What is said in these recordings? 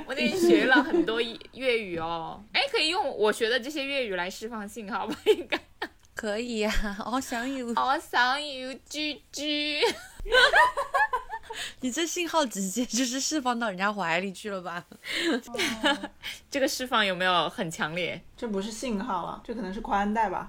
我那天学了很多粤语哦，哎，可以用我学的这些粤语来释放信号吧？应该可以呀、啊，我想要居居。 你这信号直接就是释放到人家怀里去了吧？ 这个释放有没有很强烈？ 这不是信号啊，这可能是宽带吧。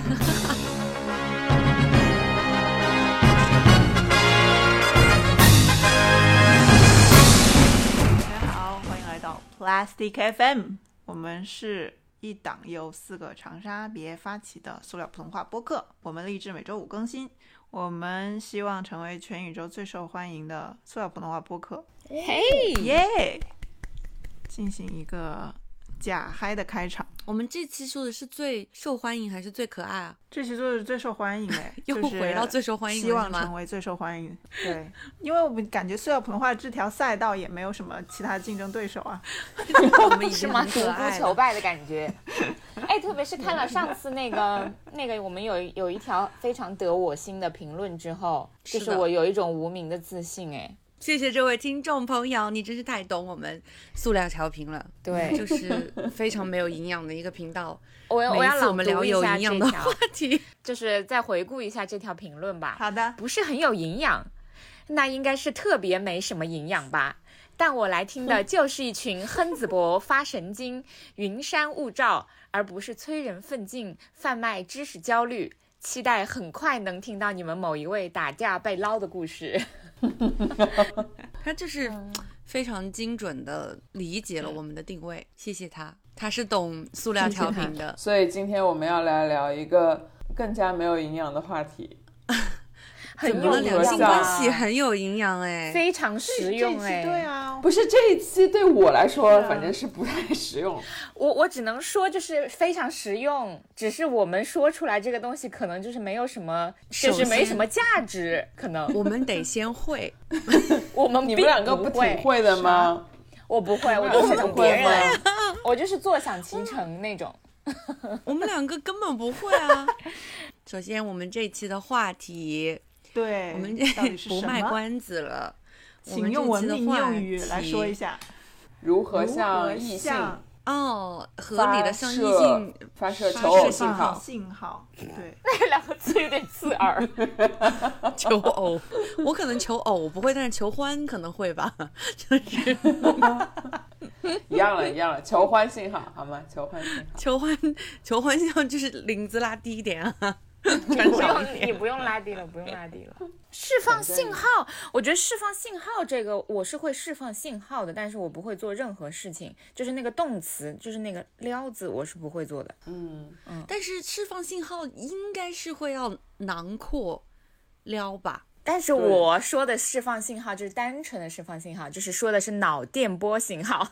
大家好，欢迎来到 Plastic FM， 我们是一档由4个长沙别发起的塑料普通话播客，我们立志每周5更新，我们希望成为全宇宙最受欢迎的塑料普通话播客。 嘿耶！进行一个假嗨的开场。 我们这期说的是最受欢迎还是最可爱啊？ 这期做的是最受欢迎哎， 又回到最受欢迎了， 希望成为最受欢迎。对，因为我们感觉塑料普通话这条赛道也没有什么其他竞争对手啊。 我们已经很可爱了， 独孤求败的感觉。哎，特别是看了上次那个我们有一条非常得我心的评论之后，就是我有一种无名的自信哎。 谢谢这位听众朋友，你真是太懂我们塑料调频了。 对， 就是非常没有营养的一个频道。 我要朗读一下这条话题， 就是再回顾一下这条评论吧。 好的， 不是很有营养，那应该是特别没什么营养吧。但我来听的就是一群哼子博发神经、云山雾罩，而不是催人奋进、贩卖知识焦虑。期待很快能听到你们某一位打架被捞的故事。 他就是非常精准的理解了我们的定位，谢谢他，他是懂塑料调频的。 所以今天我们要来聊一个更加没有营养的话题。 怎么了？两性关系很有营养哎， 非常实用哎。 对啊， 不是这一期对我来说，反正是不太实用。 我只能说就是非常实用，只是我们说出来这个东西可能就是没有什么，就是没什么价值，可能我们得先会。 你们两个不挺会的吗？ 我不会，我就是等别人，我就是坐享其成那种。 我们两个根本不会啊。首先，我们这期的话题。 对， 我们这不卖关子了， 请用文明用语来说一下， 如何向异性合理的向异性发射求偶信号。对， 那2个字有点刺耳。 求偶，我可能求偶不会，但是求欢可能会吧，就是一样了，求欢信号好吗？求欢信号， 求欢信号就是领子拉低一点啊。 你不用拉低了，释放信号，我觉得释放信号这个我是会释放信号的，但是我不会做任何事情，就是那个动词，就是那个撩字，我是不会做的。 但是释放信号应该是会要囊括撩吧？ 但是我说的释放信号就是单纯的释放信号，就是说的是脑电波信号。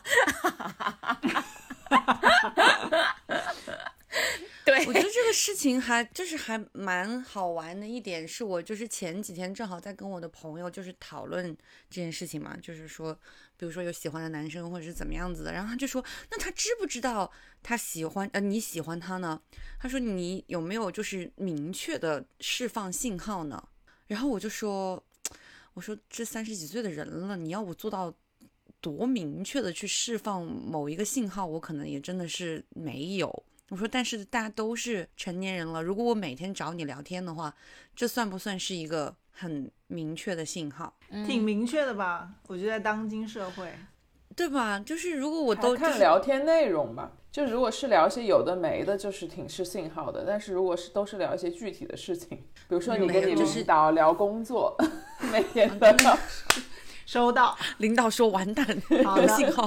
对， 我觉得这个事情还蛮好玩的一点是，我就是前几天正好在跟我的朋友就是讨论这件事情嘛，就是说比如说有喜欢的男生或者是怎么样子的，然后他就说那他知不知道他喜欢你喜欢他呢？他说你有没有就是明确的释放信号呢？然后我说这30几岁的人了，你要我做到多明确的去释放某一个信号，我可能也真的是没有。我说但是大家都是成年人了，如果我每天找你聊天的话，这算不算是一个很明确的信号？ 挺明确的吧，我觉得在当今社会， 对吧？就是如果我都看聊天内容吧，就如果是聊一些有的没的，就是挺是信号的。但是如果是都是聊一些具体的事情，比如说你跟你领导聊工作，每天的收到领导说完蛋，有信号。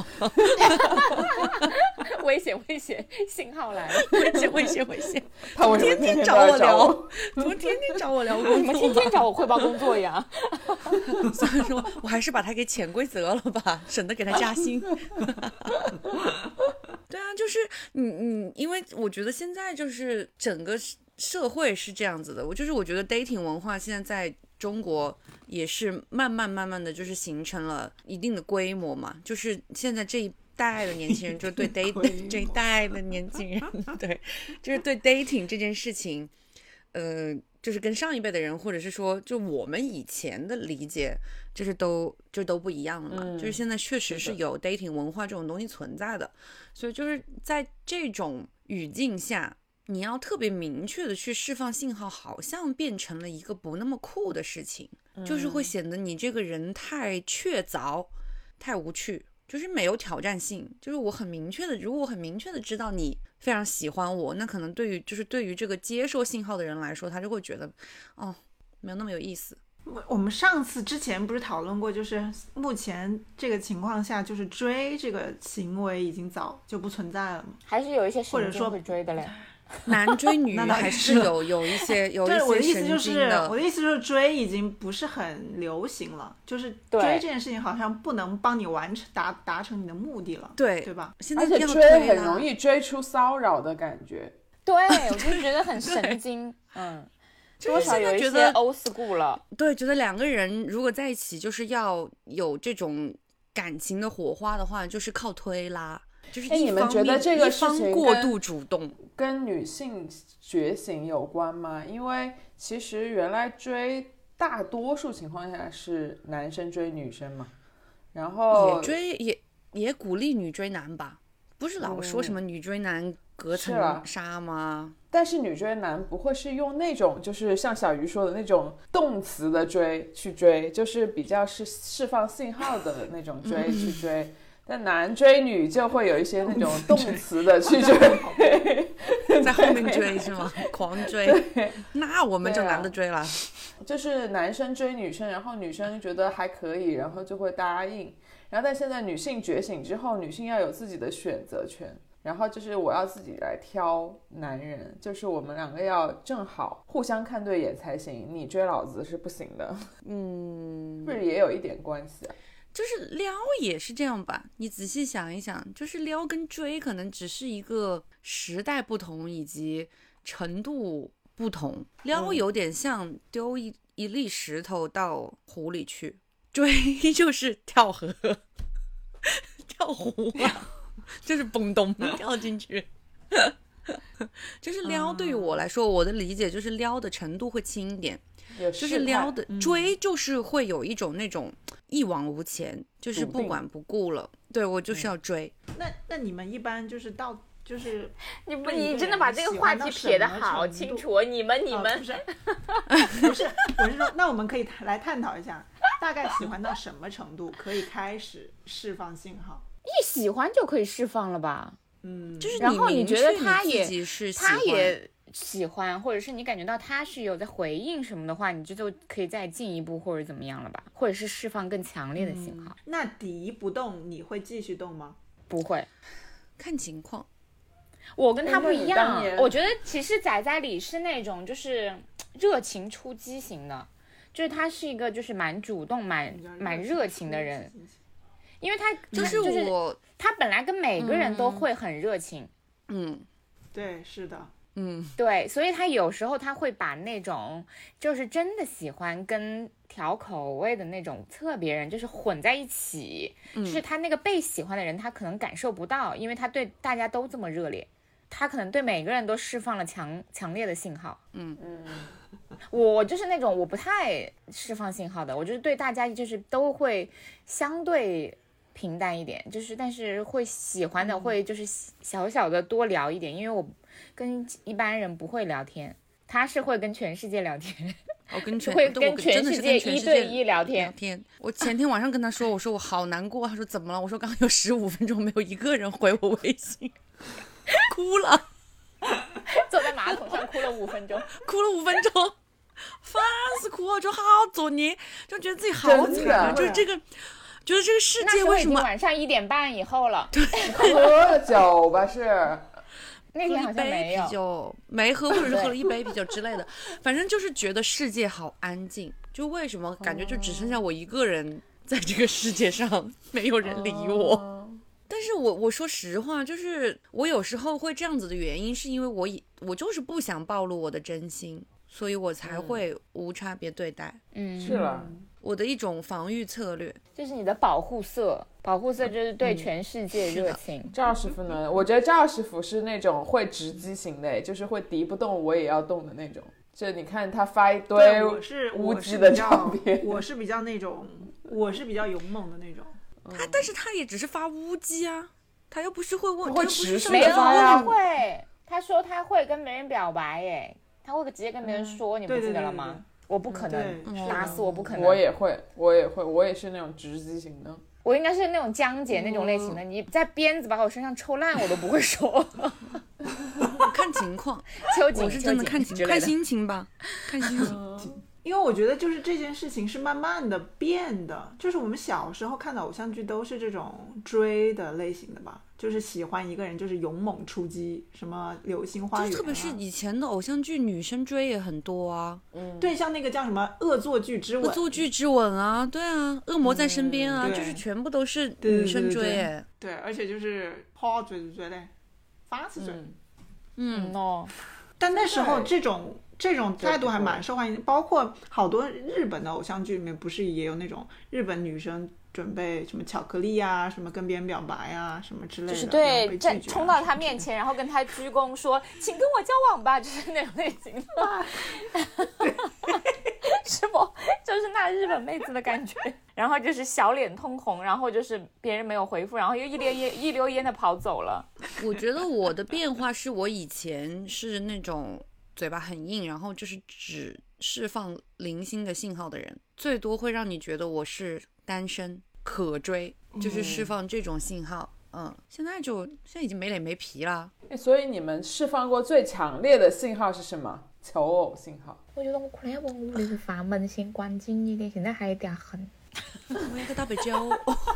危险信号来了， 危险他为什么天天找我聊，怎么天天找我聊工作？ 你们天天找我汇报工作呀？ 所以说我还是把他给潜规则了吧，省得给他加薪。对啊，就是你因为我觉得现在就是整个社会是这样子的，我觉得 dating 文化现在在中国也是慢慢的就是形成了一定的规模嘛，就是现在这一代的年轻人就对 dating 这一代的年轻人对，就是对 dating 这件事情就是跟上一辈的人，或者是说就我们以前的理解，就是都不一样了嘛。就是现在确实是有 dating 文化这种东西存在的，所以就是在这种语境下，你要特别明确的去释放信号，好像变成了一个不那么酷的事情，就是会显得你这个人太确凿、太无趣，就是没有挑战性。就是我很明确的，如果我很明确的知道你非常喜欢我，那可能对于这个接受信号的人来说，他就会觉得没有那么有意思。 我们之前不是讨论过，就是目前这个情况下，就是追这个行为已经早就不存在了吗？ 还是有一些或者说会追的嘞。 男追女还是有一些对，我的意思就神经是， 的。 我的意思就是追已经不是很流行了，就是追这件事情好像不能帮你达成你的目的了，对吧？ 现在而且追很容易追出骚扰的感觉。 对，我就觉得很神经。多少有一些 old school 了。 对，觉得两个人如果在一起，就是要有这种感情的火花的话，就是靠推拉。就是你们觉得这个事情过度主动跟女性觉醒有关吗？因为其实原来追大多数情况下是男生追女生嘛，然后也鼓励女追男吧，不是老说什么女追男隔层纱吗？ 但是女追男不会是用那种就是像小鱼说的那种动词的去追，就是比较是释放信号的那种追去追。但男追女就会有一些那种动词的去追， 在后面追是吗？狂追，那我们就懒得追了。 就是男生追女生，然后女生觉得还可以，然后就会答应。然后但现在女性觉醒之后，女性要有自己的选择权，然后就是我要自己来挑男人，就是我们两个要正好互相看对眼才行，你追老子是不行的。是不是也有一点关系啊？ 就是撩也是这样吧，你仔细想一想，就是撩跟追可能只是一个时代不同以及程度不同。撩有点像丢一粒石头到湖里去，追就是跳河跳湖啊，就是嘣咚跳进去。就是撩对于我来说，我的理解就是撩的程度会轻一点，就是撩的追就是会有一种那种一往无前，就是不管不顾了。对，我就是要追。 那你们一般就是就是你真的把这个话题撇得好清楚。你们不是，我是说，那我们可以来探讨一下，大概喜欢到什么程度可以开始释放信号？ 一喜欢就可以释放了吧？ 就是然后你觉得他也喜欢，或者是你感觉到他是有在回应什么的话，你就可以再进一步或者怎么样了吧，或者是释放更强烈的信号。 那敌一不动，你会继续动吗？ 不会， 看情况。 我跟他不一样，我觉得其实仔仔里是那种就是热情出击型的，就是他是一个就是蛮主动蛮热情的人。因为他就是他本来跟每个人都会很热情， 对，是的， 对，所以他有时候他会把那种就是真的喜欢跟调口味的那种特别人就是混在一起，就是他那个被喜欢的人他可能感受不到，因为他对大家都这么热烈，他可能对每个人都释放了强烈的信号。我就是那种我不太释放信号的，我就是对大家就是都会相对平淡一点，就是但是会喜欢的会就是小小的多聊一点，因为我跟一般人不会聊天，他是会跟全世界聊天。 会跟全世界1对1聊天。 我前天晚上跟他说，我说我好难过，他说怎么了？我说刚刚有15分钟没有一个人回我微信，哭了， 坐在马桶上哭了5分钟， 烦死哭了，就好作孽，就觉得自己好惨，就是这个。觉得这个世界为什么晚上1点半以后了？ 喝了酒吧是？ 那天好像没有， 啤酒没喝，或者是喝了1杯啤酒之类的。反正就是觉得世界好安静，就为什么感觉就只剩下我一个人在这个世界上，没有人理我。但是我说实话，就是我有时候会这样子的原因，是因为我就是不想暴露我的真心，所以我才会无差别对待。 是了。 我的一种防御策略， 就是你的保护色就是对全世界热情。 赵师傅呢？我觉得赵师傅是那种会直击型的，就是会敌不动我也要动的那种， 就你看他发一堆对， 无极的照片， 我是比较那种，我是比较勇猛的那种。 但是他也只是发乌鸡啊，他又不是会问， 会他又不是持续没有， 地发呀他会，他说他会跟别人表白，哎，他会直接跟别人说，你不记得了吗？我不可能，打死我不可能。 我也会，我也是那种直击型的。 我应该是那种江姐那种类型的，你在鞭子把我身上抽烂，我都不会说。 看情况， 秋瑾， 我是真的看情看心情吧，看心嗯情。 因为我觉得就是这件事情是慢慢的变的，就是我们小时候看的偶像剧都是这种追的类型的吧，就是喜欢一个人就是勇猛出击，什么流星花园、啊， 就特别是以前的偶像剧，女生追也很多啊。 对，像那个叫什么《恶作剧之吻》， 恶作剧之吻啊，对啊，恶魔在身边啊， 对就是全部都是女生追哎。 对，而且就是抛追追嘞，发起追。 哦， 但那时候这种态度还蛮受欢迎，包括好多日本的偶像剧里面不是也有那种日本女生准备什么巧克力啊，什么跟别人表白啊，什么之类的， 就是然后被对， 拒绝啊冲到他面前，然后跟他鞠躬说：“请跟我交往吧。”就是那种类型的，是不？就是那日本妹子的感觉。然后就是小脸通红，然后就是别人没有回复，然后又一溜烟的跑走了。 我觉得我的变化是我以前是那种嘴巴很硬，然后就是只释放零星的信号的人，最多会让你觉得我是单身可追，就是释放这种信号。现在已经没脸没皮了。 所以你们释放过最强烈的信号是什么？求偶信号？ 我觉得我可能要往屋里发扪心关静一点，现在还有点狠。 我要个大北椒。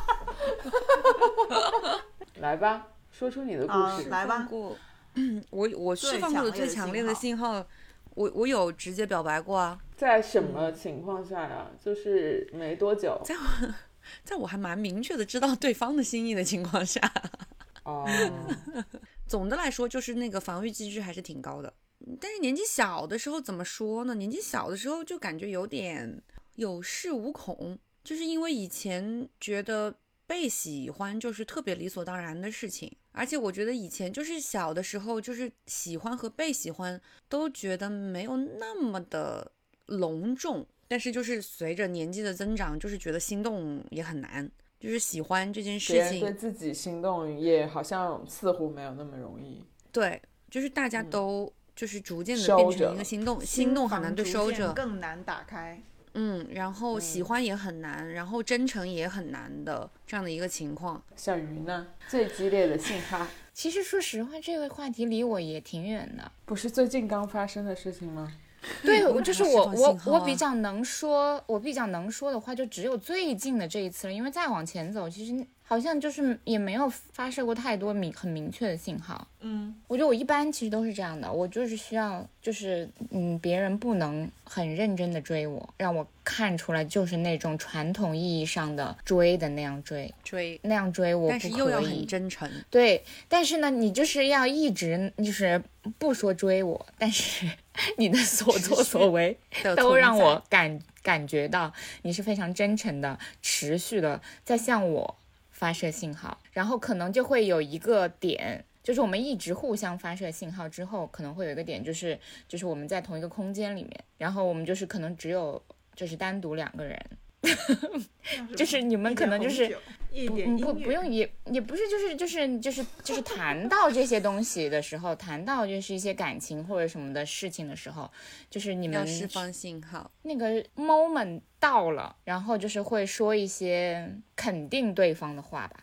来吧，说出你的故事。 来吧。 我释放过的最强烈的信号，我有直接表白过啊。 在什么情况下呀？就是没多久。 在我还蛮明确的知道对方的心意的情况下。 哦。 总的来说就是那个防御机制还是挺高的，但是年纪小的时候怎么说呢？年纪小的时候就感觉有点有恃无恐，就是因为以前觉得被喜欢就是特别理所当然的事情，而且我觉得以前就是小的时候就是喜欢和被喜欢都觉得没有那么的隆重，但是就是随着年纪的增长，就是觉得心动也很难，就是喜欢这件事情， 别人对自己心动也好像似乎没有那么容易。 对，就是大家都就是逐渐的变成一个心动很难对收着， 更难打开。 然后喜欢也很难，然后真诚也很难的这样的一个情况。 小鱼呢？最激烈的信号？ 其实说实话，这个话题离我也挺远的。 不是最近刚发生的事情吗？ 对，就是我比较能说，的话就只有最近的这一次了，因为再往前走，其实好像就是也没有发射过太多很明确的信号。我觉得我一般其实都是这样的，我就是需要就是别人不能很认真的追我，让我看出来就是那种传统意义上的追的那样追那样追我不可以， 但是又要很真诚。 对，但是呢你就是要一直就是不说追我，但是你的所作所为都让我感觉到你是非常真诚的，持续的在向我发射信号，然后可能就会有一个点，就是我们一直互相发射信号之后，可能会有一个点，就是我们在同一个空间里面，然后我们就是可能只有就是单独两个人。就是你们可能就是不用也不是就是谈到这些东西的时候，谈到就是一些感情或者什么的事情的时候，就是你们要释放信号， 那个 moment 到了，然后就是会说一些肯定对方的话吧。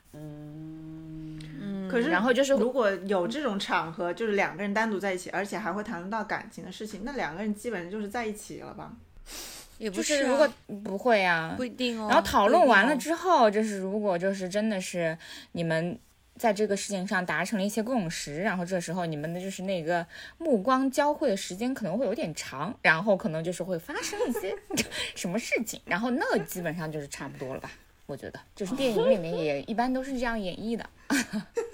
可是然后就是如果有这种场合，就是两个人单独在一起，而且还会谈论到感情的事情，那两个人基本上就是在一起了吧？ 也不就是如果不会啊， 不一定哦。 然后讨论完了之后，就是如果就是真的是你们在这个事情上达成了一些共识，然后这时候你们的就是那个目光交汇的时间可能会有点长，然后可能就是会发生一些什么事情，然后那基本上就是差不多了吧？我觉得就是电影里面也一般都是这样演绎的。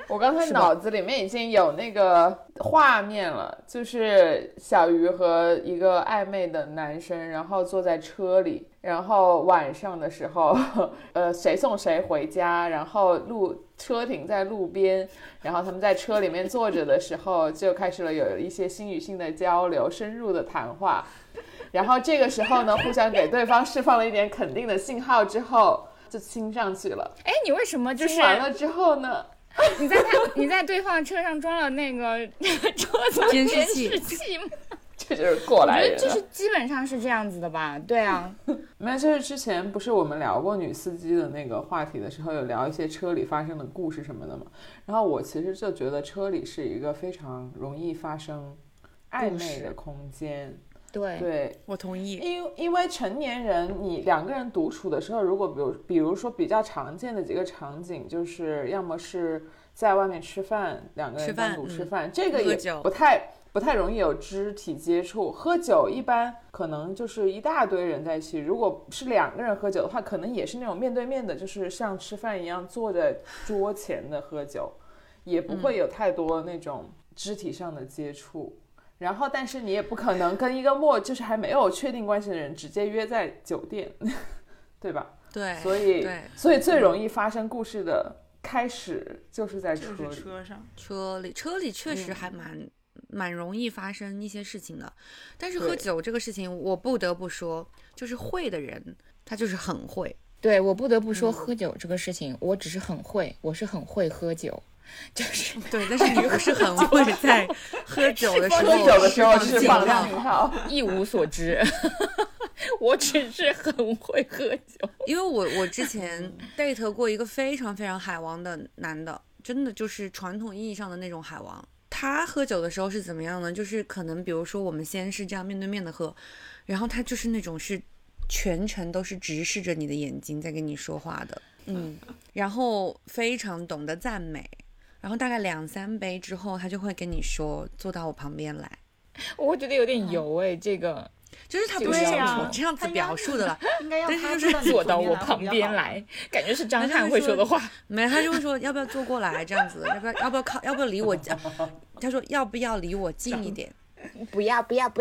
我刚才脑子里面已经有那个画面了，就是小鱼和一个暧昧的男生，然后坐在车里，然后晚上的时候，谁送谁回家，然后车停在路边，然后他们在车里面坐着的时候，就开始了有一些心与心的交流，深入的谈话。然后这个时候呢，互相给对方释放了一点肯定的信号之后，就亲上去了。 哎，你为什么就是亲完了之后呢？ 你在对方车上装了那个车载监视视器吗？ 这就是过来人。 我觉得就是基本上是这样子的吧。对啊， 没有，就是之前不是我们聊过女司机的那个话题的时候，有聊一些车里发生的故事什么的嘛。然后我其实就觉得车里是一个非常容易发生暧昧的空间。对， 我同意。 因为成年人，你两个人独处的时候，如果比如说比较常见的几个场景，就是要么是在外面吃饭，两个人单独吃饭，这个也不太容易有肢体接触。喝酒一般可能就是一大堆人在一起，如果是两个人喝酒的话，可能也是那种面对面的，就是像吃饭一样坐在桌前的喝酒，也不会有太多那种肢体上的接触。然后但是你也不可能跟一个就是还没有确定关系的人直接约在酒店对吧？ 对， 所以最容易发生故事的开始就是在车里， 就是车上。 车里确实还蛮容易发生一些事情的。但是喝酒这个事情我不得不说，就是会的人他就是很会。 对，我不得不说喝酒这个事情，我只是很会，我是很会喝酒。就是对，但是你不是很会在喝酒的时候释放信号， 一无所知。我只是很会喝酒， 因为我之前 date 过一个非常非常海王的男的，真的就是传统意义上的那种海王。他喝酒的时候是怎么样呢？就是可能比如说我们先是这样面对面的喝，然后他就是那种是全程都是直视着你的眼睛在跟你说话的，然后非常懂得赞美。然后大概2-3杯之后，他就会跟你说坐到我旁边来。 我觉得有点油这个就是他不是这样子表述的了，但是就是坐到我旁边来，感觉是张翰会说的话。 没，他就会说要不要坐过来这样子，要不要离我？他说要不要离我近一点？ 不要。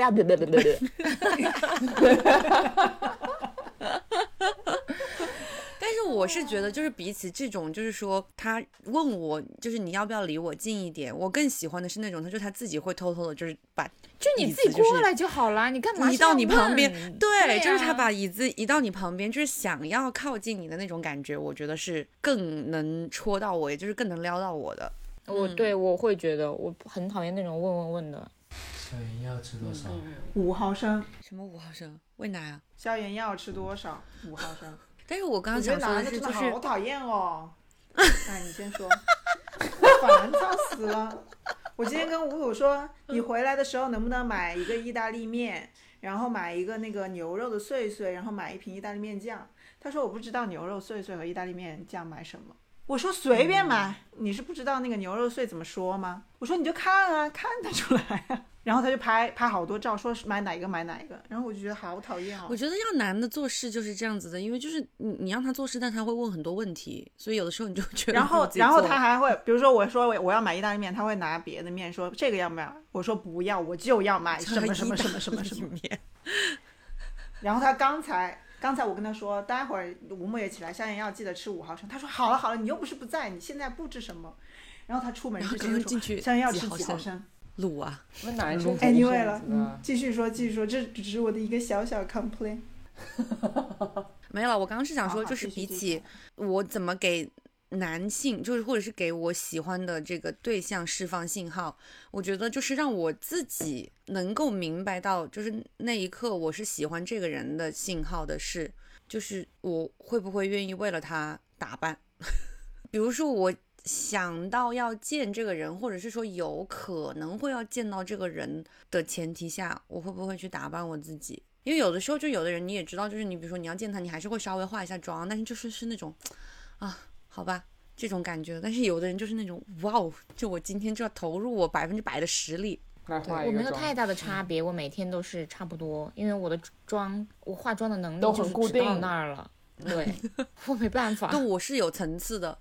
但是我是觉得，就是比起这种，就是说他问我，就是你要不要离我近一点，我更喜欢的是那种，他自己会偷偷的，就是把就你自己过来就好了，你干嘛移到你旁边？对， 啊、 就是他把椅子移到你旁边，就是想要靠近你的那种感觉，我觉得是更能戳到我，也就是更能撩到我的。 我会觉得我很讨厌那种问的。 小盐要吃多少 ？5毫升。 什么5毫升？喂奶啊？ 消炎药吃多少？5毫升。 但是我刚刚想说的是，就是好讨厌哦。哎，你先说。烦躁死了。我今天跟吴鲁说，你回来的时候能不能买一个意大利面，然后买一个那个牛肉的碎碎，然后买一瓶意大利面酱。他说我不知道牛肉碎碎和意大利面酱买什么。我说随便买，你是不知道那个牛肉碎怎么说吗？我说你就看啊，看得出来啊。然后他就拍好多照，说买哪一个买哪一个，然后我就觉得好讨厌哦。 我觉得要男的做事就是这样子的，因为就是你让他做事，但他会问很多问题，所以有的时候你就觉得。然后他还会，比如说我说我要买意大利面，他会拿别的面说这个要不要？我说不要，我就要买什么什么什么什么什么面。然后他刚才我跟他说，待会儿吴莫也起来，消炎药记得吃5毫升。他说好了，你又不是不在，你现在布置什么？然后他出门之前就说消炎药吃几毫升。 卤啊， 我们男生 anyway 了，继续说，这只是我的一个小小 complaint。 没了，我刚刚是想说，就是比起我怎么给男性，就是或者是给我喜欢的这个对象释放信号，我觉得就是让我自己能够明白到，就是那一刻我是喜欢这个人的信号的是，就是我会不会愿意为了他打扮，比如说我。想到要见这个人，或者是说有可能会要见到这个人的前提下，我会不会去打扮我自己？因为有的时候就有的人你也知道，就是你比如说你要见他，你还是会稍微化一下妆，但是就是那种啊，好吧这种感觉。但是有的人就是那种哇哦，就我今天就要投入我100%的实力。 我没有太大的差别，我每天都是差不多，因为我的我化妆的能力就是只到那儿了。对，我没办法。 对，我是有层次的。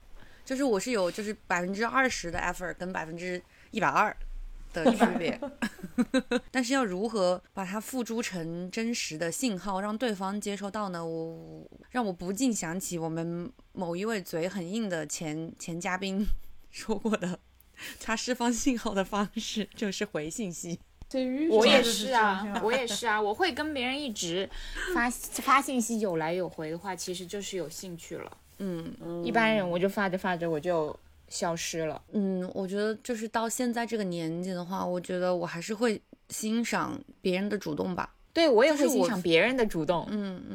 就是我是有就是20%的 effort 跟120%的区别，但是要如何把它付诸成真实的信号，让对方接收到呢？让我不禁想起我们某一位嘴很硬的前嘉宾说过的，他释放信号的方式就是回信息。 我也是啊，我也是啊，我会跟别人一直发信息有来有回的话，其实就是有兴趣了。一般人我就发着发着我就消失了。 我觉得就是到现在这个年纪的话，我觉得我还是会欣赏别人的主动吧。 对，我也会欣赏别人的主动。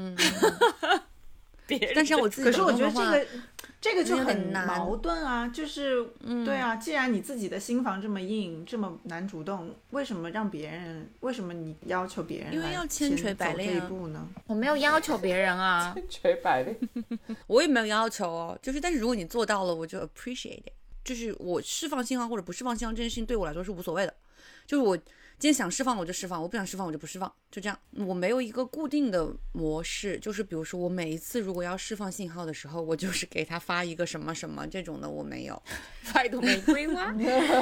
但是我自己可是我觉得主动的话这个就很有点难矛盾啊，就是对啊，既然你自己的心房这么硬，这么难主动，为什么你要求别人因为要千锤百炼啊走这一步呢？ 我没有要求别人啊， 锤百炼。 我也没有要求哦，但是如果你做到了，我就 appreciate it。就是我释放信号或者不释放信号这件事情对我来说是无所谓的，就是我今天想释放我就释放，我不想释放我就不释放，就这样。我没有一个固定的模式，就是比如说我每一次如果要释放信号的时候，我就是给他发一个什么什么这种的，我没有。 发一朵玫瑰吗？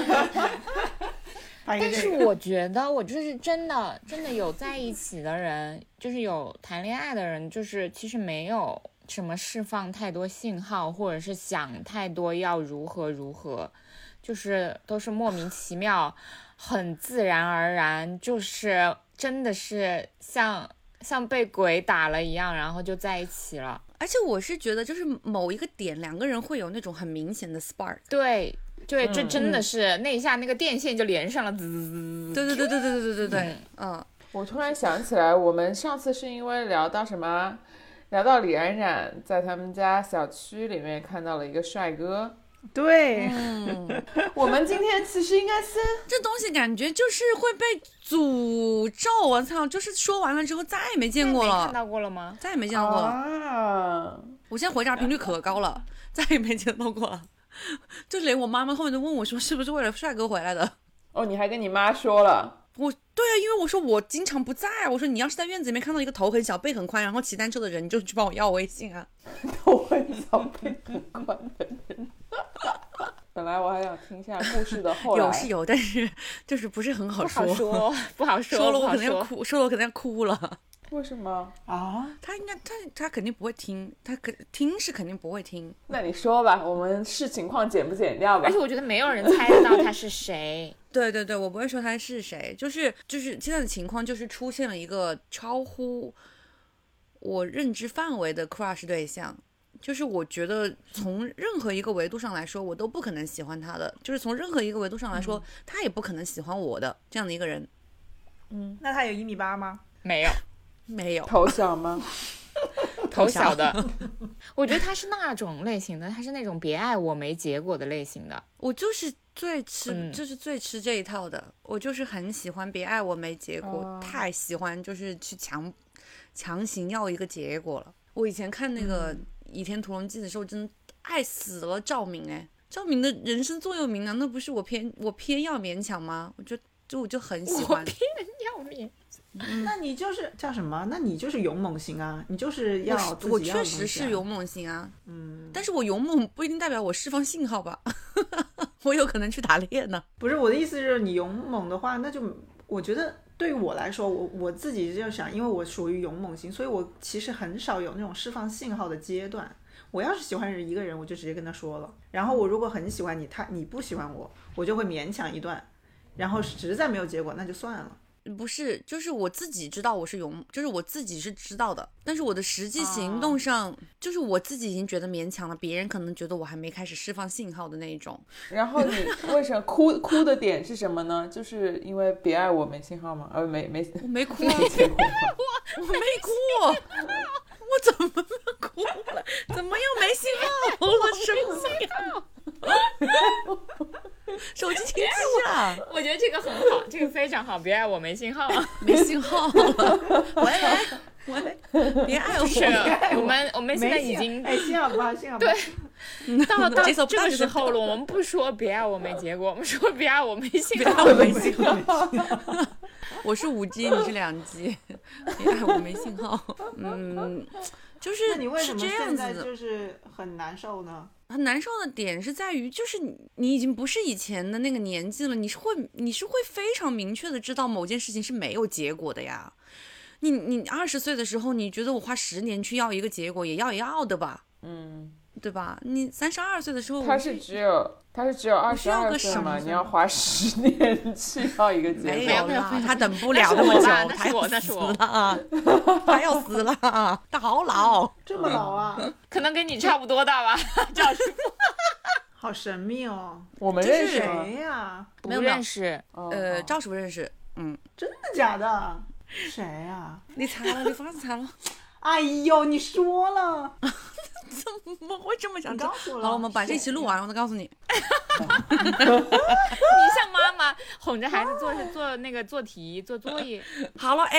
但是我觉得我就是真的有在一起的人，就是有谈恋爱的人，就是其实没有什么释放太多信号，或者是想太多要如何，就是都是莫名其妙，很自然而然，就是真的是像被鬼打了一样，然后就在一起了。 而且我是觉得就是某一个点两个人会有那种很明显的 spark。 对，这真的是那一下那个电线就连上了，滋滋滋。 对， 我突然想起来，我们上次是因为聊到什么，聊到李冉冉在他们家小区里面看到了一个帅哥。 对， 我们今天其实应该是这东西感觉就是会被诅咒，我操！就是说完了之后再也没见过了， 没看到过了吗？ 再也没见到过了。 啊！ 我现在回家频率可高了，再也没见到过了。就连我妈妈后面都问我说是不是为了帅哥回来的。 哦，你还跟你妈说了？ 对啊，因为我说我经常不在，我说你要是在院子里面看到一个头很小背很宽然后骑单车的人，你就去帮我要微信啊。 头很小背很宽的人。本来我还想听一下故事的后来。 有是有，但是就是不是很好说。 不好说， 说了我可能要哭，说了我可能要哭了。 为什么啊？ 他肯定不会听，听是肯定不会听。 那你说吧，我们视情况剪不剪掉吧。 而且我觉得没有人猜得到他是谁。 对，我不会说他是谁，就是现在的情况就是出现了一个超乎我认知范围的 crush 对象。就是我觉得从任何一个维度上来说，我都不可能喜欢他的，就是从任何一个维度上来说，他也不可能喜欢我的这样的一个人。 那他有1.8米吗？ 没有。 头小吗？ 头小的。我觉得他是那种类型的，他是那种别爱我没结果的类型的。 我就是最吃这一套的，我就是很喜欢别爱我没结果，太喜欢就是去强行要一个结果了。我以前看那个《倚天屠龙记》的时候，真的爱死了赵敏。赵敏的人生座右铭难道不是我偏要勉强吗？我就很喜欢。 我偏要勉强。 那你就是叫什么？那你就是勇猛型啊！你就是要自己我要确实是勇猛型啊。 嗯， 但是我勇猛不一定代表我释放信号吧？我有可能去打猎呢。 不是，我的意思是你勇猛的话，那就我觉得对于我来说，我自己就想，因为我属于勇猛型，所以我其实很少有那种释放信号的阶段。我要是喜欢一个人，我就直接跟他说了。然后我如果很喜欢你，你不喜欢我，我就会勉强一段。然后实在没有结果，那就算了。 不是，就是我自己知道我是就是我自己是知道的，但是我的实际行动上，就是我自己已经觉得勉强了，别人可能觉得我还没开始释放信号的那一种。 然后你为什么哭的点是什么呢？就是因为别爱我没信号吗？我没哭啊， 我没哭，我怎么哭了？怎么又没信号了？什么信号？手机停机了。 我觉得这个很好，这个非常好。别爱我没信号， 没信号了。喂，别爱我。 我们现在已经幸好吧，幸好吧。 对，到这个时候了，我们不说别爱我没结果，我们说别爱我没信号。 没信号。我是5G，你是2G，别爱我没信号。就是那你为什么现在是这样子的， 就是很难受呢？ 很难受的点是在于，就是你已经不是以前的那个年纪了，你是会非常明确的知道某件事情是没有结果的呀。你20岁的时候，你觉得我花10年去要一个结果，也要的吧？对吧？你32岁的时候， 他是只有22岁嘛？你要花10年去要一个结果？ 没有，他等不了那么久，他要死了，他要死了，他好老， 这么老啊？ 可能跟你差不多大吧，赵师傅。 好神秘哦。 我们认识吗？ 谁呀？ 不认识。 赵师傅认识。 真的假的？谁呀？ 你猜了，你放肆猜了。 哎呦，你说了。 怎么会这么想？ 你告诉我了。 好了，我们把这期录完，我再告诉你。 你像妈妈哄着孩子做题做作业。 好了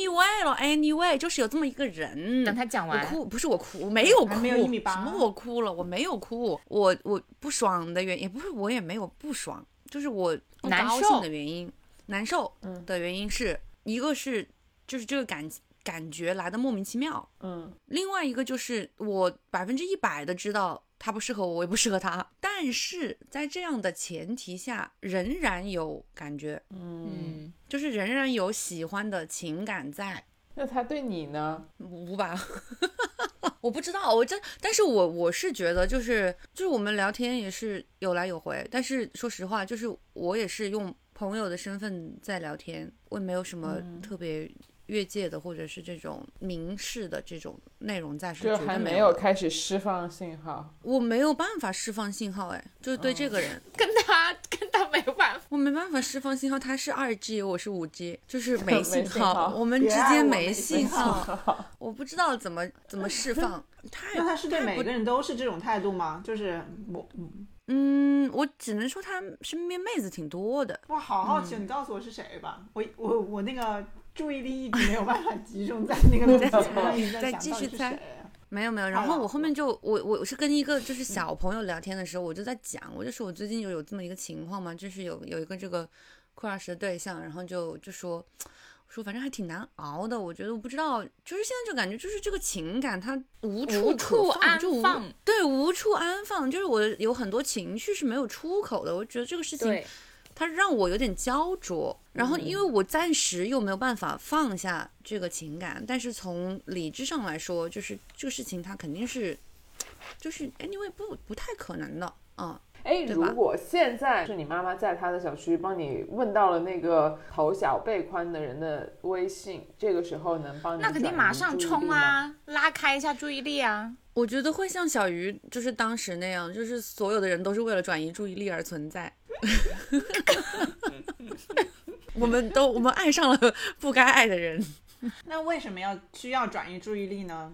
，anyway 就是有这么一个人。 等他讲完。 我哭，不是我哭，我没有哭， 还没有1.8米。 什么我哭了？我没有哭，我不爽的原因也不是，我也没有不爽，就是我不高兴的原因，难受的原因是一个是就是这个感觉来的莫名其妙，另外一个就是我100%的知道他不适合我，我也不适合他，但是在这样的前提下，仍然有感觉，就是仍然有喜欢的情感在。 那他对你呢？ 无吧，我不知道，但是我是觉得就是我们聊天也是有来有回，但是说实话，就是我也是用朋友的身份在聊天，我也没有什么特别越界的或者是这种明示的这种内容在，是绝对就还没有开始释放信号。 我没有办法释放信号，就是对这个人， 跟他没有办法， 我没办法释放信号。他是2G，我是5G，就是没信号，我们之别间没信号， 我不知道怎么释放。 那他是对每个人都是这种态度吗？就是我只能说他身边妹子挺多的。 哇，好好奇，你告诉我是谁吧。我那个注意力一直没有办法集中在那个东西上， 再继续猜。没有，然后我后面就我是跟一个就是小朋友聊天的时候，我就在讲，我就说我最近有这么一个情况嘛，就是有一个这个 crush 的对象，然后就说反正还挺难熬的，我觉得我不知道，就是现在就感觉就是这个情感它无处安放， 对，无处安放，就是我有很多情绪是没有出口的，我觉得这个事情它让我有点焦灼，然后因为我暂时又没有办法放下这个情感，但是从理智上来说，就是这个事情它肯定是就是 anyway 不太可能的， 如果现在是你妈妈在她的小区帮你问到了那个头小背宽的人的微信，这个时候能帮你， 那肯定马上冲啊，拉开一下注意力啊。 我觉得会像小鱼就是当时那样，就是所有的人都是为了转移注意力而存在。我们爱上了不该爱的人。 那为什么需要转移注意力呢？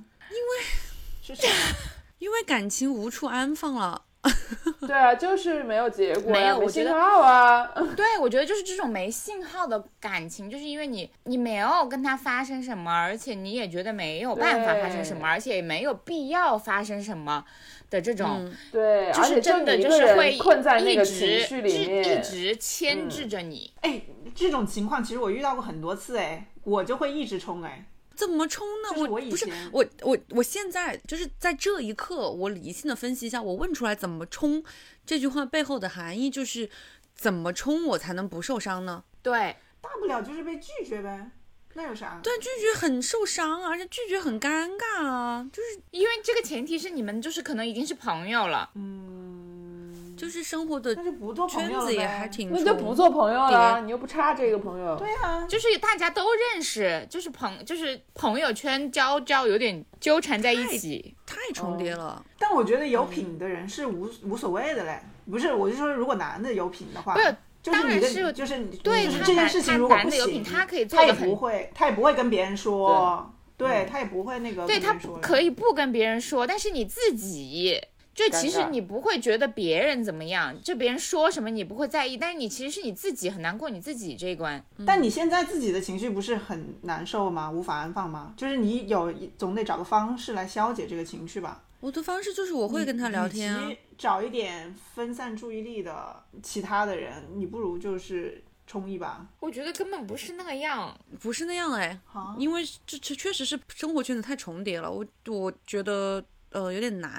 因为感情无处安放了。 对啊，就是没有结果， 没有没信号啊。 对，我觉得就是这种没信号的感情，就是因为你没有跟他发生什么，而且你也觉得没有办法发生什么，而且也没有必要发生什么的这种， 对， 就是真的就是会困在那个情绪里面， 一直牵制着你。 这种情况其实我遇到过很多次，我就会一直冲。 怎么冲呢？我现在就是在这一刻，我理性的分析一下，我问出来怎么冲这句话背后的含义，就是怎么冲我才能不受伤呢？ 对， 大不了就是被拒绝呗，那有啥？ 对，拒绝很受伤啊，而且拒绝很尴尬啊，就是因为这个前提是你们就是可能已经是朋友了， 就是生活的那就不做朋友了呗， 圈子也还挺那就不做朋友了，你又不差这个朋友。 对啊， 就是大家都认识，就是朋友圈交有点纠缠在一起， 太重叠了。 但我觉得有品的人是无所谓的嘞，不是，我是说如果男的有品的话， 不是。 就是当然是， 就是对这件事情如果不行， 他可以做他也不会跟别人说，对他也不会那个， 对他可以不跟别人说，但是你自己。就其实你不会觉得别人怎么样，就别人说什么你不会在意，但是你其实是你自己很难过你自己这一关。 但你现在自己的情绪不是很难受吗？无法安放吗？就是你总得找个方式来消解这个情绪吧。 我的方式就是我会跟他聊天啊， 找一点分散注意力的其他的人，你不如就是冲一把。 我觉得根本不是那个样， 不是那样因为这确实是生活圈子太重叠了，我觉得有点难。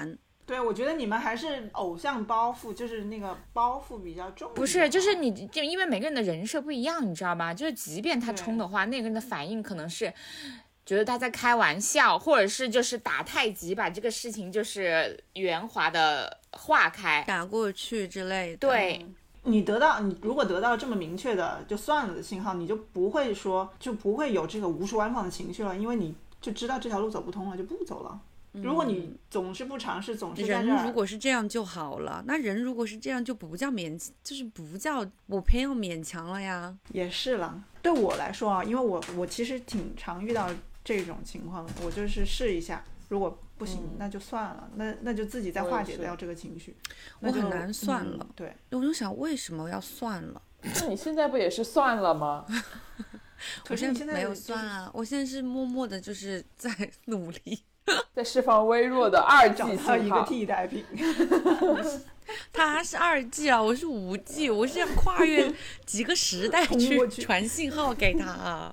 对，我觉得你们还是偶像包袱，就是那个包袱比较重。 不是，就是就因为每个人的人设不一样，你知道吧？就是即便他冲的话，那个人的反应可能是觉得他在开玩笑，或者是就是打太极把这个事情就是圆滑的化开， 打过去之类的。 对。 你如果得到这么明确的就算了的信号，你就不会有这个无处安放的情绪了，因为你就知道这条路走不通了，就不走了。如果你总是不尝试，总是在这儿， 人如果是这样就好了，那人如果是这样就不叫就是不叫我偏要勉强了呀。 也是了，对我来说啊，因为我其实挺常遇到这种情况，我就是试一下，如果不行，那就算了，那就自己再化解掉这个情绪。 我很难算了， 对， 我就想为什么要算了？ 那你现在不也是算了吗？ 可是你现在没有算啊，我现在是默默的，就是在努力， 在释放微弱的2G 信号， 一个替代品。 他是2G 啊，我是5G，我是要跨越几个时代去传信号给他啊。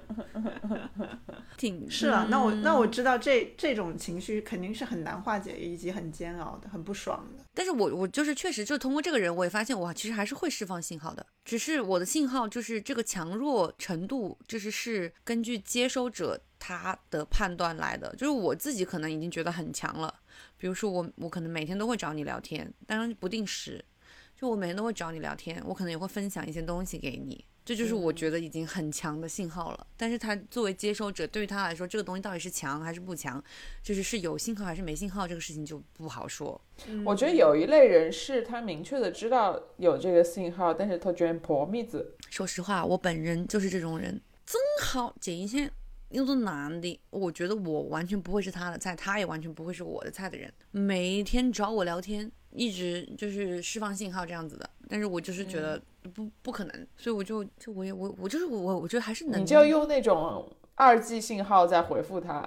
是啊，那我知道这种情绪肯定是很难化解，以及很煎熬的，很不爽的。 但是我就是确实就通过这个人，我也发现我其实还是会释放信号的，只是我的信号就是这个强弱程度，是根据接收者他的判断来的。就是我自己可能已经觉得很强了，比如说我可能每天都会找你聊天，当然不定时，就我每天都会找你聊天，我可能也会分享一些东西给你，这就是我觉得已经很强的信号了。但是他作为接收者，对于他来说，这个东西到底是强还是不强，就是有信号还是没信号，这个事情就不好说。 我觉得有一类人是他明确的知道有这个信号，但是他居然破密子。 说实话，我本人就是这种人，正好这一天有个男的，我觉得我完全不会是他的菜，他也完全不会是我的菜的人，每天找我聊天，一直就是释放信号这样子的，但是我就是觉得不可能，所以我我觉得还是能， 你就用那种2G 信号在回复他。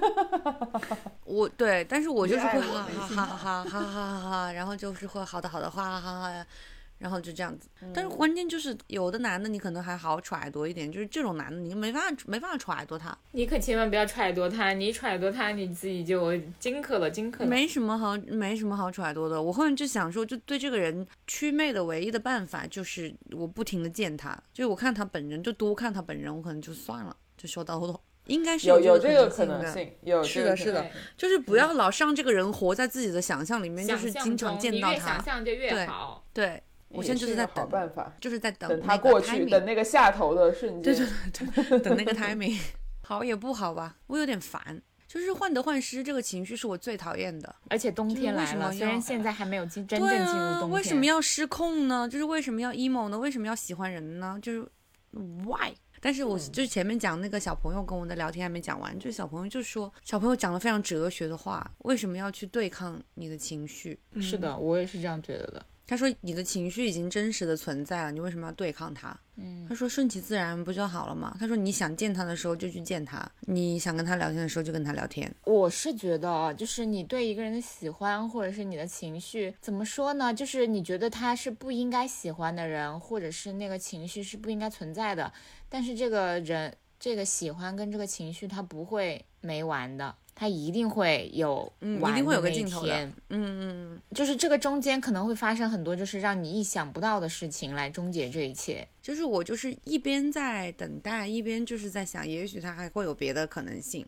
对，但是我就是会哈哈哈哈哈哈哈，然后就是会好的哈哈哈，然后就这样子。但是关键就是有的男的你可能还好揣度一点，就是这种男的你没办法揣度他。 你可千万不要揣度他，你揣度他你自己就惊可了。 没什么好揣度的。我后面就想说，就对这个人祛魅的唯一的办法就是我不停的见他，就是我看他本人，就多看他本人，我可能就算了，就说到头。应该是有这个可能性， 是的，就是不要老让这个人活在自己的想象里面，就是经常见到他， 你越想象就越好。 对，我现在就是在等办法， 就是在等他过去，等那个下头的瞬间， 对，等那个 timing， 好也不好吧，我有点烦。就是患得患失这个情绪是我最讨厌的， 而且冬天来了，虽然现在还没有真正进入冬天， 为什么要失控呢？就是为什么要 emo 呢？为什么要喜欢人呢？就是 why？但是我就是前面讲那个小朋友跟我的聊天还没讲完，就是小朋友讲了非常哲学的话，为什么要去对抗你的情绪？ 是的，我也是这样觉得的。 他说你的情绪已经真实的存在了，你为什么要对抗它？他说顺其自然不就好了吗？他说你想见他的时候就去见他，你想跟他聊天的时候就跟他聊天。 我是觉得就是你对一个人的喜欢或者是你的情绪怎么说呢，就是你觉得他是不应该喜欢的人，或者是那个情绪是不应该存在的，但是这个人这个喜欢跟这个情绪他不会没完的，他一定会有完一定会有个尽头的。 就是这个中间可能会发生很多就是让你意想不到的事情来终结这一切。 就是我就是一边在等待，一边就是在想，也许他还会有别的可能性。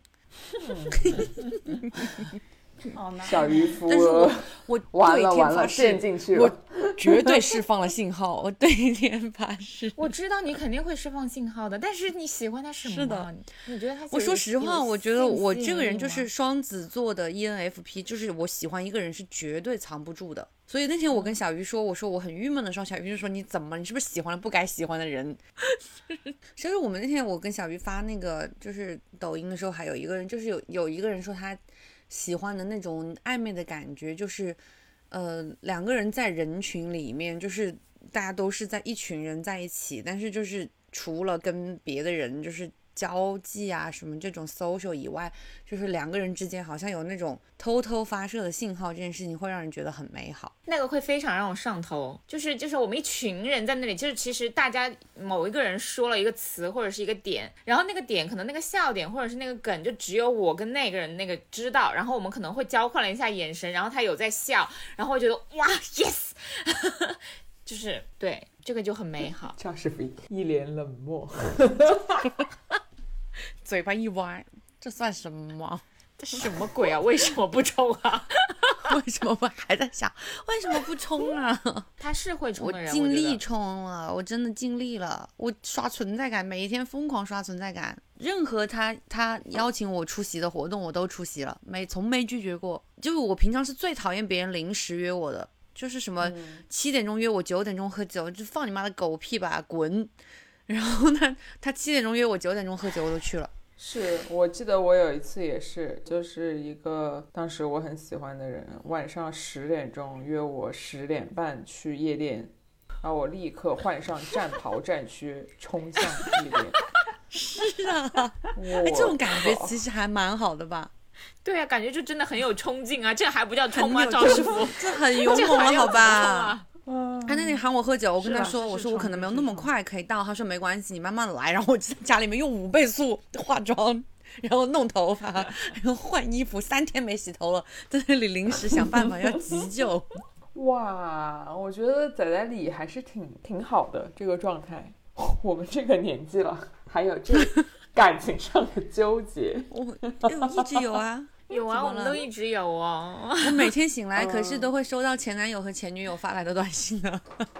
小渔夫， 但是我完了， 陷进去了， 我绝对释放了信号，我对天发誓。 我知道你肯定会释放信号的，但是你喜欢他什么？ 是的， 你觉得他？ 我说实话，我觉得我这个人就是双子座的 ENFP， 就是我喜欢一个人是绝对藏不住的。所以那天我跟小鱼说，我说我很郁闷的时候，小鱼就说你怎么，你是不是喜欢了不该喜欢的人？其实我们那天我跟小鱼发那个就是抖音的时候，还有一个人就是有一个人说他喜欢的那种暧昧的感觉，就是两个人在人群里面，就是大家都是在一群人在一起，但是就是除了跟别的人就是交际啊什么这种 social 以外，就是两个人之间好像有那种偷偷发射的信号，这件事情会让人觉得很美好。 那个会非常让我上头，就是我们一群人在那里，就是其实大家某一个人说了一个词或者是一个点，然后那个点可能那个笑点或者是那个梗就只有我跟那个人那个知道，然后我们可能会交换了一下眼神，然后他有在笑，然后会觉得哇 yes 就是对这个就很美好。 张师傅一脸冷漠， 嘴巴一歪，这算什么？ 这是什么鬼啊？为什么不冲啊？ 为什么我还在想为什么不冲啊？ 他是会冲我的人， 尽力冲了，我真的尽力了，我刷存在感，每一天疯狂刷存在感。任何他邀请我出席的活动，我都出席了，从没拒绝过。就是我平常是最讨厌别人临时约我的，就是什么7点钟约我9点钟喝酒，就放你妈的狗屁吧，滚！然后呢，他7点钟约我9点钟喝酒，我都去了。 是我记得我有一次也是，就是一个当时我很喜欢的人，晚上10点钟约我10点半去夜店，然后我立刻换上战袍战靴冲向夜店。 是啊，这种感觉其实还蛮好的吧？ 对啊，感觉就真的很有冲劲啊，这还不叫冲吗？赵师傅， 这很勇猛了，好吧？他那天喊我喝酒，我跟他说，我说我可能没有那么快可以到，他说没关系，你慢慢来。然后我就在家里面用5倍速化妆，然后弄头发，然后换衣服，3天没洗头了，在那里临时想办法要急救。 哇，我觉得仔仔里还是挺好的这个状态。我们这个年纪了，还有这感情上的纠结， 我一直有啊。 有啊，我们都一直有哦。 我每天醒来可是都会收到前男友和前女友发来的短信的。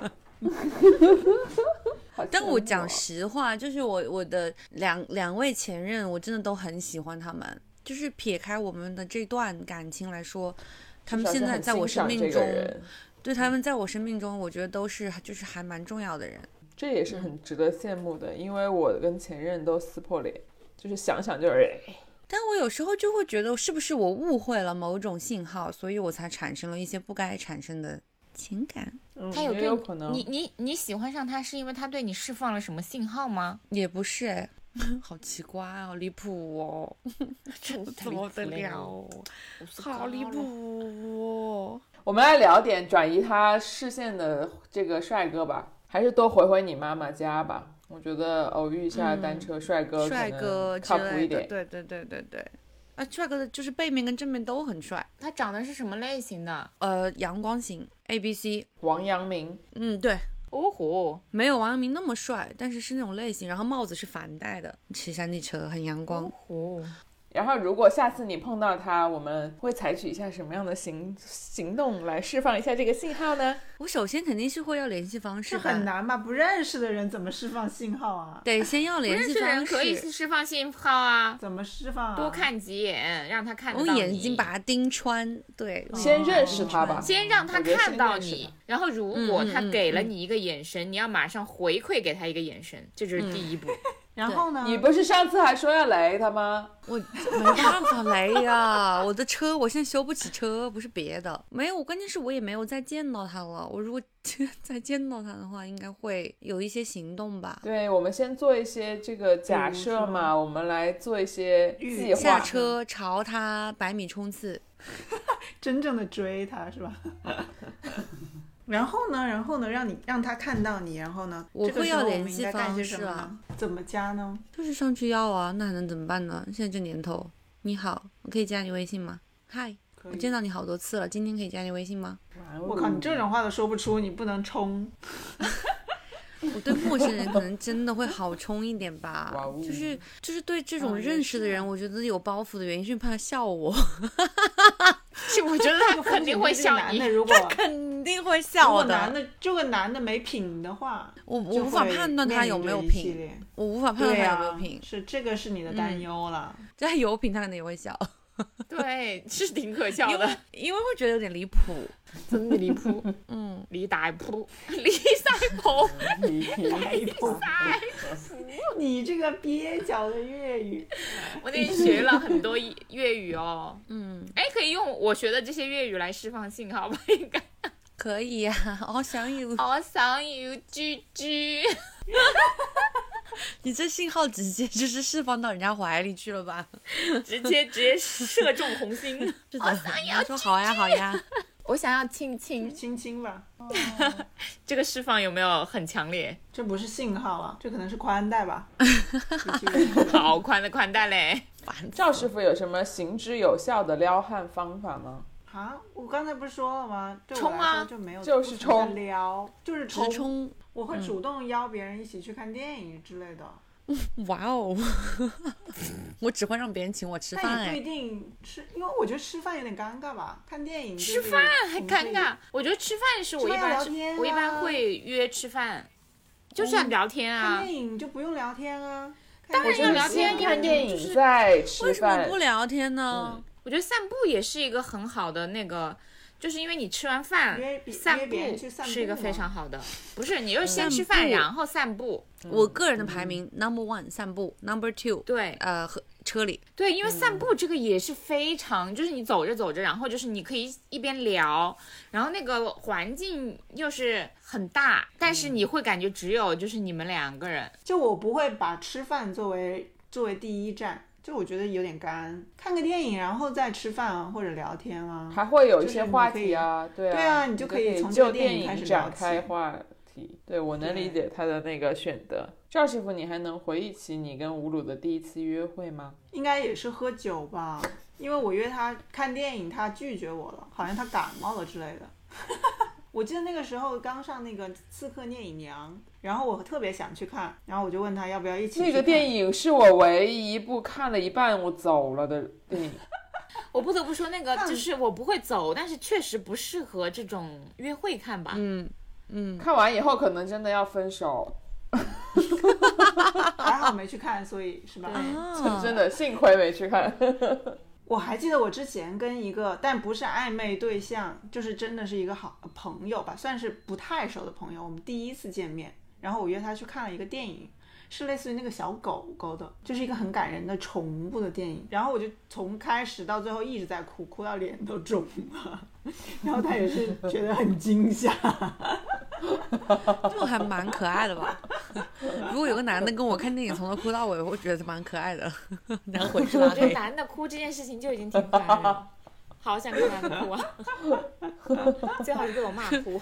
但我讲实话，就是我的两位前任，我真的都很喜欢他们。就是撇开我们的这段感情来说，他们现在在我生命中，对他们在我生命中，我觉得都是就是还蛮重要的人。 这也是很值得羡慕的，因为我跟前任都撕破脸，就是想想就是但我有时候就会觉得，是不是我误会了某种信号，所以我才产生了一些不该产生的情感。 他有对可能你喜欢上他，是因为他对你释放了什么信号吗？ 也不是哎，好奇怪哦，离谱哦， 真的怎么得了？好离谱哦！ 我们来聊点转移他视线的这个帅哥吧，还是多回你妈妈家吧。我觉得偶遇一下单车帅哥， 帅哥靠谱一点。 对。啊，帅哥的就是背面跟正面都很帅。 他长得是什么类型的？ 阳光型 ABC。 王阳明。 对。 哦吼， 没有王阳明那么帅，但是那种类型，然后帽子是反戴的，骑山地车很阳光。 哦。 然后如果下次你碰到他，我们会采取一下什么样的行动来释放一下这个信号呢？ 我首先肯定是会要联系方式吧。 这很难吧？不认识的人怎么释放信号啊？ 得先要联系方式。 不认识人可以释放信号啊？ 怎么释放啊？ 多看几眼，让他看得到你。 用眼睛把他盯穿，对， 先认识他吧， 先让他看到你，然后如果他给了你一个眼神，你要马上回馈给他一个眼神，这就是第一步。 然后呢？ 你不是上次还说要雷他吗？ 我没办法雷呀，我的车我现在修不起车，不是别的，没有，关键是我也没有再见到他了。我如果再见到他的话，应该会有一些行动吧。 对，我们先做一些这个假设嘛，我们来做一些计划。 下车朝他100米冲刺， 真正的追他是吧？然后呢，让他看到你，然后呢， 我会要联系方式啊。怎么加呢？ 就是上去要啊，那还能怎么办呢？现在这年头，你好，我可以加你微信吗？嗨，我见到你好多次了，今天可以加你微信吗？ 我靠，你这种话都说不出，你不能冲。 我对陌生人可能真的会好冲一点吧，就是对这种认识的人，我觉得有包袱的原因是怕他笑我。 我觉得他肯定会笑你， 他肯定会笑的。 这个男的没品的话， 我无法判断他有没有品，我无法判断他有没有品。 是这个是你的担忧了。 他有品，他可能也会笑。 对，是挺可笑的， 因为会觉得有点离谱， 真的离谱。离大谱，离晒谱，离晒谱。 你这个蹩脚的粤语， 我那天学了很多粤语哦。可以用我学的这些粤语来释放信号吧？应该可以呀。我想要， 我想要居居。 你这信号直接就是释放到人家怀里去了吧？ 直接射中红心。 是的，他说好呀好呀。 我想要亲亲， 亲亲吧。 这个释放有没有很强烈？ 这不是信号啊，这可能是宽带吧。 好宽的宽带嘞！ 赵师傅有什么行之有效的撩汉方法吗？ 啊，我刚才不是说了吗？对我冲啊来说就没有， 就是冲撩，就是直冲。 我会主动邀别人一起去看电影之类的。 哇哦！我只会让别人请我吃饭但也不一定吃，因为我觉得吃饭有点尴尬吧。看电影吃饭还尴尬，我觉得吃饭是我一般我一般会约吃饭，就是要聊天啊。 看电影就不用聊天啊。 当然要聊天， 看电影再吃饭。 为什么不聊天呢？ 我觉得散步也是一个很好的那个。就是因为你吃完饭散步是一个非常好的，不是你就先吃饭然后散步。 我个人的排名 No.1 散步 No.2 对和车里。 对，因为散步这个也是非常，就是你走着走着，然后就是你可以一边聊，然后那个环境又是很大，但是你会感觉只有就是你们两个人。 就我不会把吃饭作为第一站。就我觉得有点干，看个电影然后再吃饭啊，或者聊天啊， 还会有一些话题啊，对啊， 你就可以从就电影开始展开话题。对，我能理解他的那个选择。赵师傅，你还能回忆起你跟吴鲁的第一次约会吗？ 应该也是喝酒吧，因为我约他看电影，他拒绝我了，好像他感冒了之类的。我记得那个时候刚上那个《刺客聂隐娘》，然后我特别想去看，然后我就问他要不要一起去看。 那个电影是我唯一一部看了一半我走了的电影。 我不得不说，那个就是我不会走，但是确实不适合这种约会看吧。 看完以后可能真的要分手。 还好没去看，所以是吧？ 真的幸亏没去看。 我还记得我之前跟一个，但不是暧昧对象，就是真的是一个好朋友吧，算是不太熟的朋友。我们第一次见面，然后我约他去看了一个电影，是类似于那个小狗狗的，就是一个很感人的宠物的电影。然后我就从开始到最后一直在哭，哭到脸都肿了。然后他也是觉得很惊吓。 这种还蛮可爱的吧？如果有个男的跟我看电影从头哭到尾，我会觉得蛮可爱的。然后回去拉黑。 我觉得男的哭这件事情就已经挺可爱了，好想看男的哭啊！最好是被我骂哭。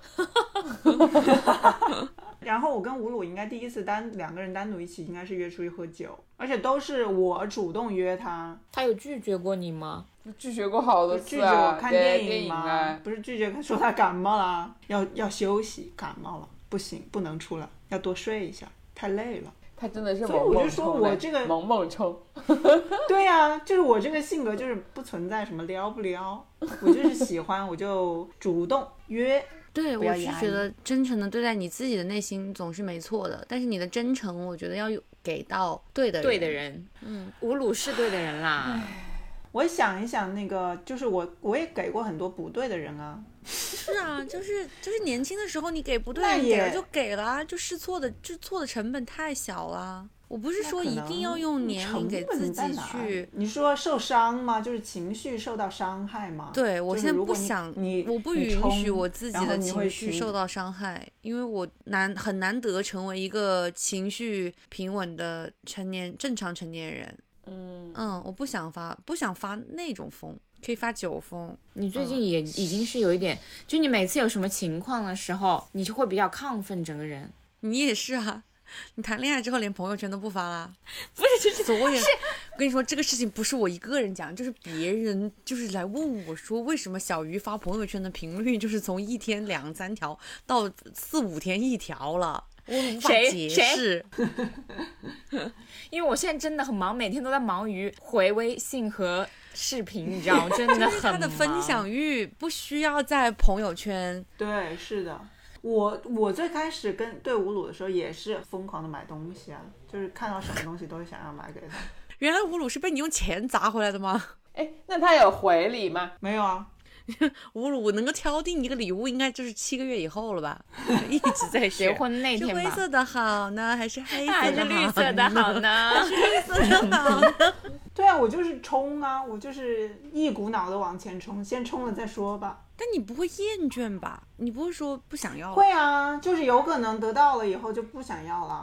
然后我跟吴鲁应该第一次两个人单独一起，应该是约出去喝酒，而且都是我主动约他。 他有拒绝过你吗？ 拒绝过好多次啊！ 拒绝我看电影吗？不是拒绝，说他感冒了，要休息，感冒了不行，不能出来，要多睡一下，太累了。 他真的是所以我就说我这个萌萌冲。 对呀，就是我这个性格就是不存在什么撩不撩，我就是喜欢我就主动约。 对，我是觉得真诚的对待你自己的内心总是没错的，但是你的真诚，我觉得要给到对的人。 吴鲁是对的人啦。 我想一想，那个就是我也给过很多不对的人啊。 是啊，就是年轻的时候你给不对人给了就给了，就试错的成本太小了。我不是说一定要用年龄给自己去。 你说受伤吗？就是情绪受到伤害吗？ 对，我现在不想，我不允许我自己的情绪受到伤害，因为我很难得成为一个情绪平稳的正常成年人。我不想发那种疯，可以发酒疯。 你最近也已经是有一点，就你每次有什么情况的时候，你就会比较亢奋，整个人。 你也是啊，你谈恋爱之后连朋友圈都不发啦？ 不是，就是所有人。我跟你说，这个事情不是我一个人讲，就是别人就是来问我说，为什么小鱼发朋友圈的频率就是从1天2、3条到4、5天1条了。我无法解释。 因为我现在真的很忙，每天都在忙于回微信和视频，你知道吗？真的很忙。 他的分享欲不需要在朋友圈。 对，是的。我最开始对吴鲁的时候也是疯狂的买东西啊，就是看到什么东西都是想要买给他。 原来吴鲁是被你用钱砸回来的吗？ 那他有回礼吗？ 没有啊。 吴鲁能够挑定一个礼物，应该就是7个月以后了吧？一直在结婚那天吧。 是灰色的好呢，还是黑色的好呢？ 还是绿色的好呢？ 还是绿色的好呢？ 对啊，我就是冲啊，我就是一股脑的往前冲，先冲了再说吧。 但你不会厌倦吧？你不会说不想要了？ 会啊，就是有可能得到了以后就不想要了。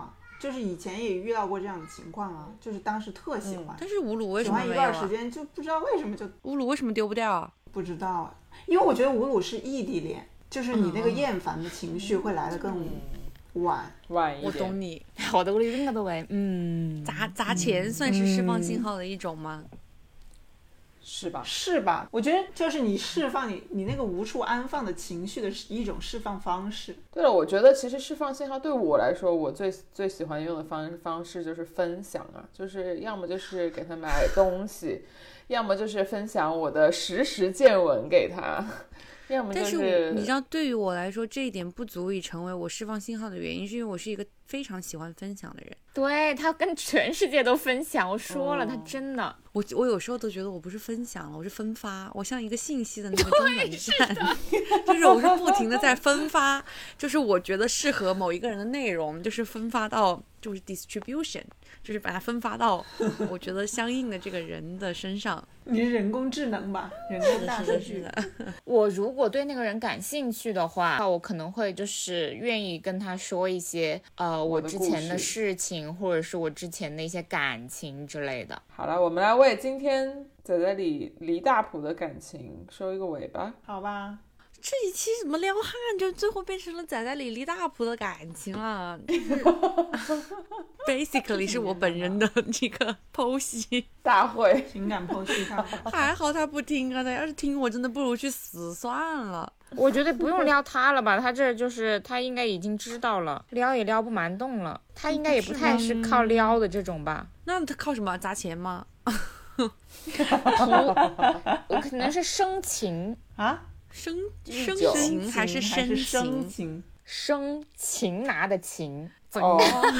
就是以前也遇到过这样的情况啊，就是当时特喜欢， 但是乌鲁为喜什么没有啊？ 欢一段时间就不知道为什么就乌鲁为什么丢不掉啊？ 不知道啊，因为我觉得乌鲁是异地恋，就是你那个厌烦的情绪会来得更晚晚一点。 我懂你， 我都拎个都喂， 砸钱算是释放信号的一种吗？ 是吧？ 是吧？我觉得就是你释放你那个无处安放的情绪的一种释放方式。 对了，我觉得其实释放信号对我来说，我最喜欢用的方式就是分享啊，就是要么就是给他买东西，要么就是分享我的实见闻给他。要么但是你知道，对于我来说，这一点不足以成为我释放信号的原因，是因为我是一个非常喜欢分享的人。 对，他跟全世界都分享，我说了，他真的， 我有时候都觉得我不是分享了，我是分发，我像一个信息的那个中转站，就是我是不停的在分发，就是我觉得适合某一个人的内容，就是分发到就是 distribution， 就是把它分发到我觉得相应的这个人的身上。 你是人工智能吧？人工大数据。 我如果对那个人感兴趣的话，我可能会就是愿意跟他说一些我之前的事情，或者是我之前的一些感情之类的。 好了，我们来为今天仔仔李大普的感情收一个尾吧。 好吧。 这一期怎么撩汉就最后变成了仔仔李大普的感情了，就是 basically 是我本人的这个剖析大会， 情感剖析大会。 还好他不听啊，他要是听我真的不如去死算了。 我觉得不用撩他了吧，他这就是他应该已经知道了，撩也撩不蛮动了，他应该也不太是靠撩的这种吧。 那他靠什么？砸钱吗？ 我可能是生情啊， 生情还是生情？ 生情拿的情。 哦，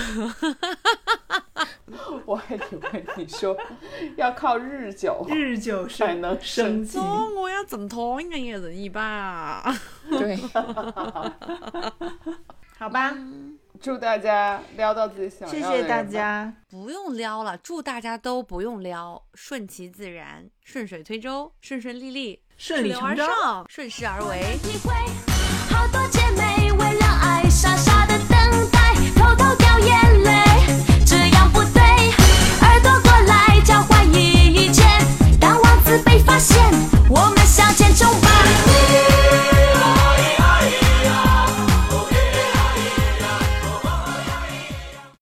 我还以为你说要靠日久才能生情。 我要整拖应该也容易吧？ 对， 好吧。 祝大家撩到自己想要的人吧。 谢谢大家。 不用撩了，祝大家都不用撩，顺其自然，顺水推舟，顺顺利利， 顺理成章， 顺势而为。 好多姐妹为了爱傻傻